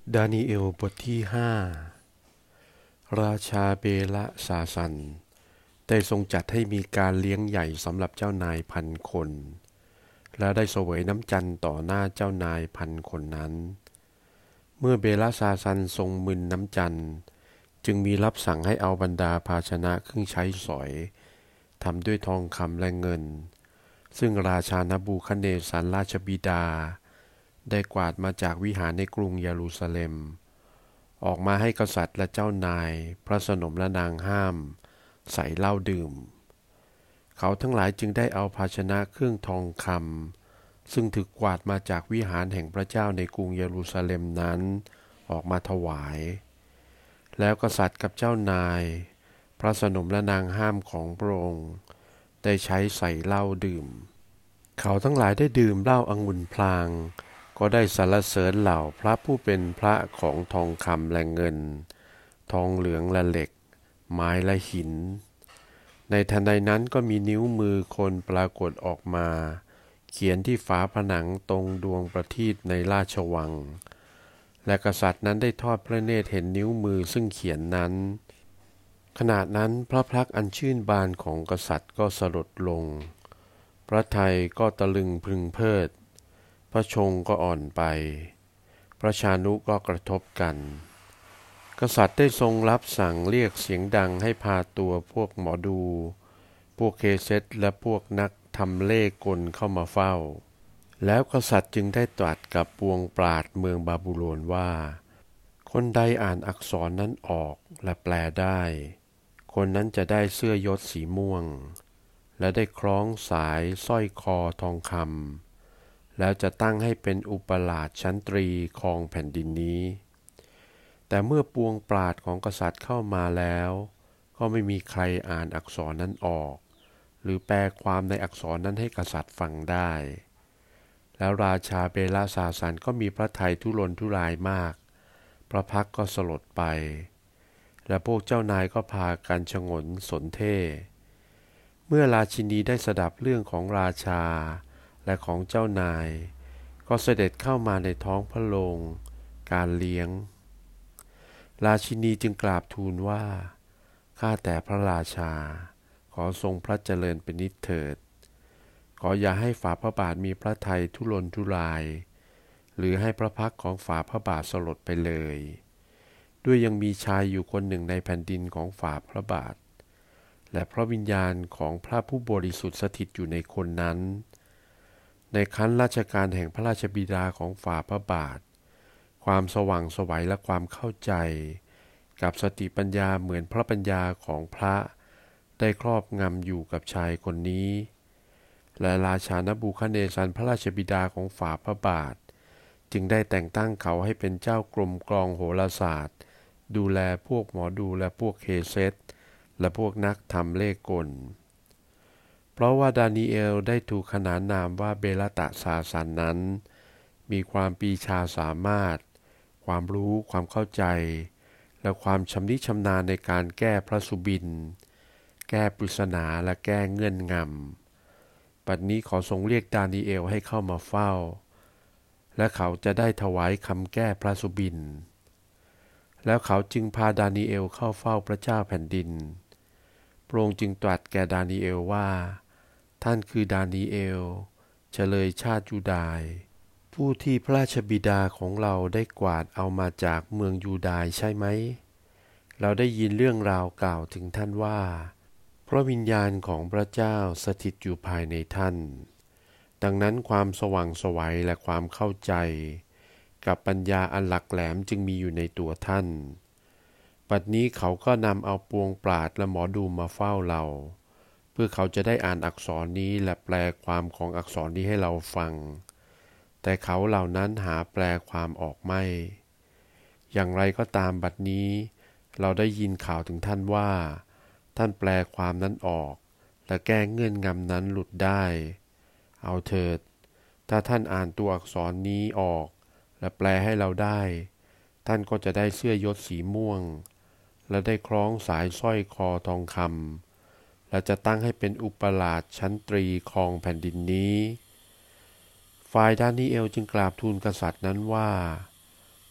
ดานีเอลบทที่5ราชาเบละซาซันได้ทรงจัดให้มีการเลี้ยงใหญ่สำหรับเจ้านาย1,000 คนและได้เสวยน้ำจันทร์ต่อหน้าเจ้านาย1,000 คนนั้นเมื่อเบละซาซันทรงมึนน้ำจันทร์จึงมีรับสั่งให้เอาบรรดาภาชนะเครื่องใช้สอยทำด้วยทองคำและเงินซึ่งราชานับูคัดเนซัรราชบิดาได้กวาดมาจากวิหารในกรุงเยรูซาเล็มออกมาให้กษัตริย์และเจ้านายพระสนมและนางห้ามใส่เหล้าดื่มเขาทั้งหลายจึงได้เอาภาชนะเครื่องทองคำซึ่งถูกกวาดมาจากวิหารแห่งพระเจ้าในกรุงเยรูซาเล็มนั้นออกมาถวายแล้วกษัตริย์กับเจ้านายพระสนมและนางห้ามของพระองค์ได้ใช้ใส่เหล้าดื่มเขาทั้งหลายได้ดื่มเหล้าองุ่นพลางก็ได้สรรเสริญเหล่าพระผู้เป็นพระของทองคำและเงินทองเหลืองและเหล็กไม้และหินในทันใดนั้นก็มีนิ้วมือคนปรากฏออกมาเขียนที่ฝาผนังตรงดวงประทีปในราชวังและกษัตริย์นั้นได้ทอดพระเนตรเห็นนิ้วมือซึ่งเขียนนั้นขณะนั้นพระพักตร์อันชื่นบานของกษัตริย์ก็สลดลงพระทัยก็ตะลึงพึงเพริดพระชงก็อ่อนไปพระชานุก็กระทบกันกษัตริย์ได้ทรงรับสั่งเรียกเสียงดังให้พาตัวพวกหมอดูพวกเคเซตและพวกนักทำเลขกลเข้ามาเฝ้าแล้วกษัตริย์จึงได้ตรัสกับปวงปราชญ์เมืองบาบิโลนว่าคนใดอ่านอักษรนั้นออกและแปลได้คนนั้นจะได้เสื้อยศสีม่วงและได้คล้องสายสร้อยคอทองคำแล้วจะตั้งให้เป็นอุปราชชั้นตรีครองแผ่นดินนี้แต่เมื่อปวงปราชญ์ของกษัตริย์เข้ามาแล้วก็ไม่มีใครอ่านอักษรนั้นออกหรือแปลความในอักษรนั้นให้กษัตริย์ฟังได้แล้วราชาเบลาซาซันก็มีพระทัยทุรนทุรายมากพระพักตร์ก็สลดไปและพวกเจ้านายก็พากันฉงนสนเท่เมื่อราชินีได้สดับเรื่องของราชาและของเจ้านายก็เสด็จเข้ามาในท้องพระโรงการเลี้ยงราชินีจึงกราบทูลว่าข้าแต่พระราชาขอทรงพระเจริญเป็นนิจเถิดขออย่าให้ฝ่าพระบาทมีพระทัยทุรนทุรายหรือให้พระพักของฝ่าพระบาทสลดไปเลยด้วยยังมีชายอยู่คนหนึ่งในแผ่นดินของฝ่าพระบาทและพระวิญญาณของพระผู้บริสุทธิ์สถิตอยู่ในคนนั้นในคั้นราชการแห่งพระราชบิดาของฝ่าพระบาทความสว่างไสวและความเข้าใจกับสติปัญญาเหมือนพระปัญญาของพระได้ครอบงำอยู่กับชายคนนี้และราชานับูคัดเนซัรพระราชบิดาของฝ่าพระบาทจึงได้แต่งตั้งเขาให้เป็นเจ้ากรมกรองโหราศาสตร์ดูแลพวกหมอดูและพวกเคเซตและพวกนักทำเลขกลเพราะว่าดานีเอลได้ถูกขนานนามว่าเบลตะซาซันนั้นมีความปีชาสามารถความรู้ความเข้าใจและความชำนิชำนาญในการแก้พระสุบินแก้ปริศนาและแก้เงื่อนงำบัดนี้ขอทรงเรียกดานีเอลให้เข้ามาเฝ้าและเขาจะได้ถวายคำแก้พระสุบินแล้วเขาจึงพาดานีเอลเข้าเฝ้าพระเจ้าแผ่นดินพระองค์จึงตรัสแก่ดานีเอลว่าท่านคือดานีเอลเฉลยชาติยูดาห์ผู้ที่พระราชบิดาของเราได้กวาดเอามาจากเมืองยูดาห์ใช่ไหมเราได้ยินเรื่องราวกล่าวถึงท่านว่าพระวิญญาณของพระเจ้าสถิตอยู่ภายในท่านดังนั้นความสว่างไสวและความเข้าใจกับปัญญาอันหลักแหลมจึงมีอยู่ในตัวท่านบัดนี้เขาก็นำเอาปวงปราชญ์และหมอดูมาเฝ้าเราเพื่อเขาจะได้อ่านอักษรนี้และแปลความของอักษรนี้ให้เราฟังแต่เขาเหล่านั้นหาแปลความออกไม่อย่างไรก็ตามบัดนี้เราได้ยินข่าวถึงท่านว่าท่านแปลความนั้นออกและแก้เงื่อนงำนั้นหลุดได้เอาเถิดถ้าท่านอ่านตัวอักษรนี้ออกและแปลให้เราได้ท่านก็จะได้เสื้อยศสีม่วงและได้คล้องสายสร้อยคอทองคำและจะตั้งให้เป็นอุปราชชั้นตรีครองแผ่นดินนี้ฝ่ายดานีเอลจึงกราบทูลกษัตริย์นั้นว่า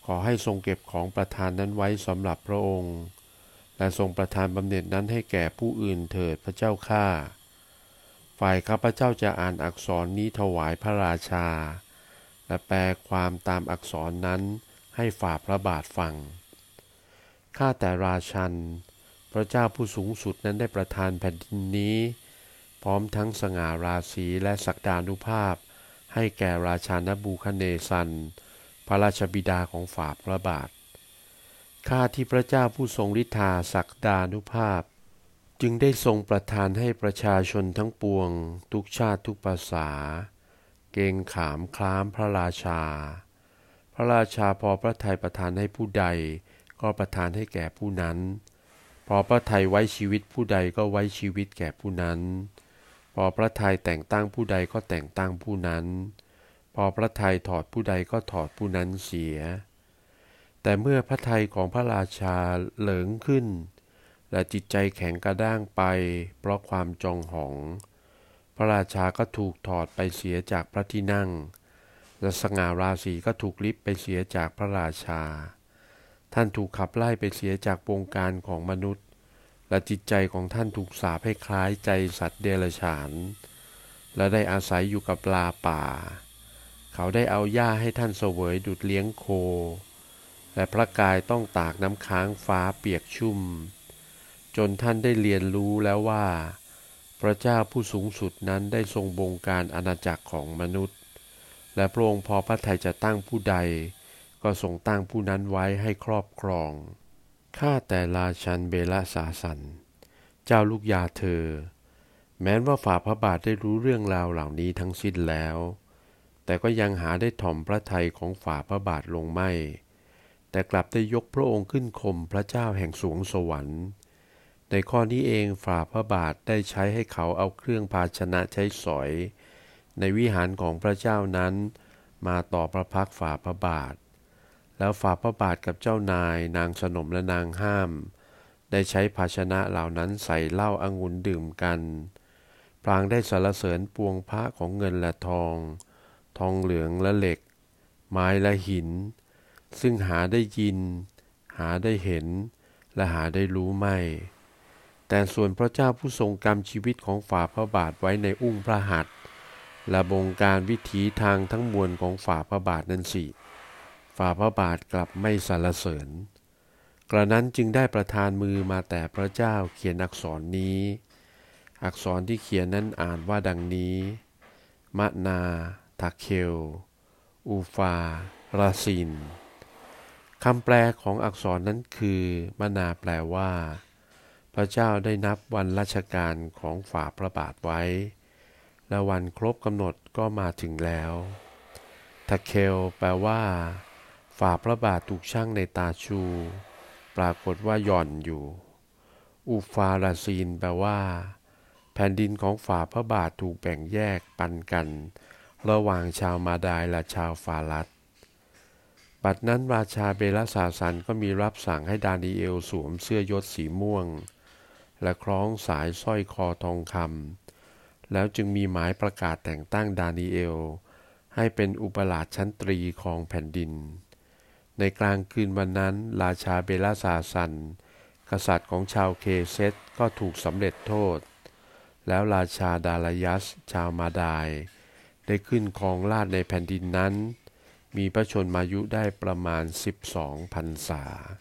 ขอให้ทรงเก็บของประทานนั้นไว้สำหรับพระองค์และทรงประทานบำเหน็จนั้นให้แก่ผู้อื่นเถิดพระเจ้าข้าฝ่ายข้าพเจ้าจะอ่านอักษรนี้ถวายพระราชาและแปลความตามอักษรนั้นให้ฝ่าพระบาทฟังข้าแต่ราชันพระเจ้าผู้สูงสุดนั้นได้ประทานแผ่นดินนี้พร้อมทั้งสง่าราศีและศักดานุภาพให้แก่ราชานบูคัดเนซัรพระราชบิดาของฝ่าพระบาทข้าที่พระเจ้าผู้ทรงฤทธาศักดานุภาพจึงได้ทรงประทานให้ประชาชนทั้งปวงทุกชาติทุกภาษาเกรงขามคล้ามพระราชาพระราชาพอพระทัยประทานให้ผู้ใดก็ประทานให้แก่ผู้นั้นพอพระทัยไว้ชีวิตผู้ใดก็ไว้ชีวิตแก่ผู้นั้นพอพระทัยแต่งตั้งผู้ใดก็แต่งตั้งผู้นั้นพอพระทัยถอดผู้ใดก็ถอดผู้นั้นเสียแต่เมื่อพระทัยของพระราชาเหลิงขึ้นและจิตใจแข็งกระด้างไปเพราะความจองหองพระราชาก็ถูกถอดไปเสียจากพระที่นั่งและสง่าราศีก็ถูกลิบไปเสียจากพระราชาท่านถูกขับไล่ไปเสียจากวงการของมนุษย์และจิตใจของท่านถูกสาปให้คล้ายใจสัตว์เดรัจฉานและได้อาศัยอยู่กับปลาป่าเขาได้เอาหญ้าให้ท่านเสวยดุจเลี้ยงโคและพระกายต้องตากน้ำค้างฟ้าเปียกชุ่มจนท่านได้เรียนรู้แล้วว่าพระเจ้าผู้สูงสุดนั้นได้ทรงบงการอาณาจักรของมนุษย์และพระองค์พอพระทัยจะตั้งผู้ใดก็ทรงตั้งผู้นั้นไว้ให้ครอบครองข้าแต่ราชันเบลสาสันเจ้าลูกยาเธอแม้ว่าฝ่าพระบาทได้รู้เรื่องราวเหล่านี้ทั้งสิ้นแล้วแต่ก็ยังหาได้ถ่อมพระทัยของฝ่าพระบาทลงไม่แต่กลับได้ยกพระองค์ขึ้นข่มพระเจ้าแห่งสวงสวรรค์ในข้อนี้เองฝ่าพระบาทได้ใช้ให้เขาเอาเครื่องภาชนะใช้สอยในวิหารของพระเจ้านั้นมาต่อพระพักฝ่าพระบาทแล้วฝ่าพระบาทกับเจ้านายนางสนมและนางห้ามได้ใช้ภาชนะเหล่านั้นใส่เหล้าองุ่นดื่มกันพลางได้สรรเสริญปวงพระของเงินและทองเหลืองและเหล็กไม้และหินซึ่งหาได้ยินหาได้เห็นและหาได้รู้ไม่แต่ส่วนพระเจ้าผู้ทรงกำชีวิตของฝ่าพระบาทไว้ในอุ้งพระหัตถ์และบงการวิถีทางทั้งมวลของฝ่าพระบาทนั้นสิฝ่าพระบาทกลับไม่สรรเสริญกระนั้นจึงได้ประทานมือมาแต่พระเจ้าเขียนอักษรนี้อักษรที่เขียนนั้นอ่านว่าดังนี้มะนาทาเคลอูฟาราซินคำแปลของอักษรนั้นคือมะนาแปลว่าพระเจ้าได้นับวันราชการของฝ่าพระบาทไว้และวันครบกำหนดก็มาถึงแล้วทาเคลแปลว่าฝ่าพระบาทถูกชั่งในตาชูปรากฏว่าหย่อนอยู่อูฟาราซีนแปลว่าแผ่นดินของฝ่าพระบาทถูกแบ่งแยกปันกันระหว่างชาวมาดายและชาวฟาลัดบัดนั้นราชาเบลสาสันก็มีรับสั่งให้ดานีเอลสวมเสื้อยศสีม่วงและคล้องสายสร้อยคอทองคำแล้วจึงมีหมายประกาศแต่งตั้งดานีเอลให้เป็นอุปราชชั้นตรีของแผ่นดินในกลางคืนวันนั้นราชาเบลสาสันกษัตริย์ของชาวเคเซตก็ถูกสำเร็จโทษแล้วราชาดาลายัสชาวมาดายได้ขึ้นครองราชย์ในแผ่นดินนั้นมีพระชนมายุได้ประมาณ12 พรรษา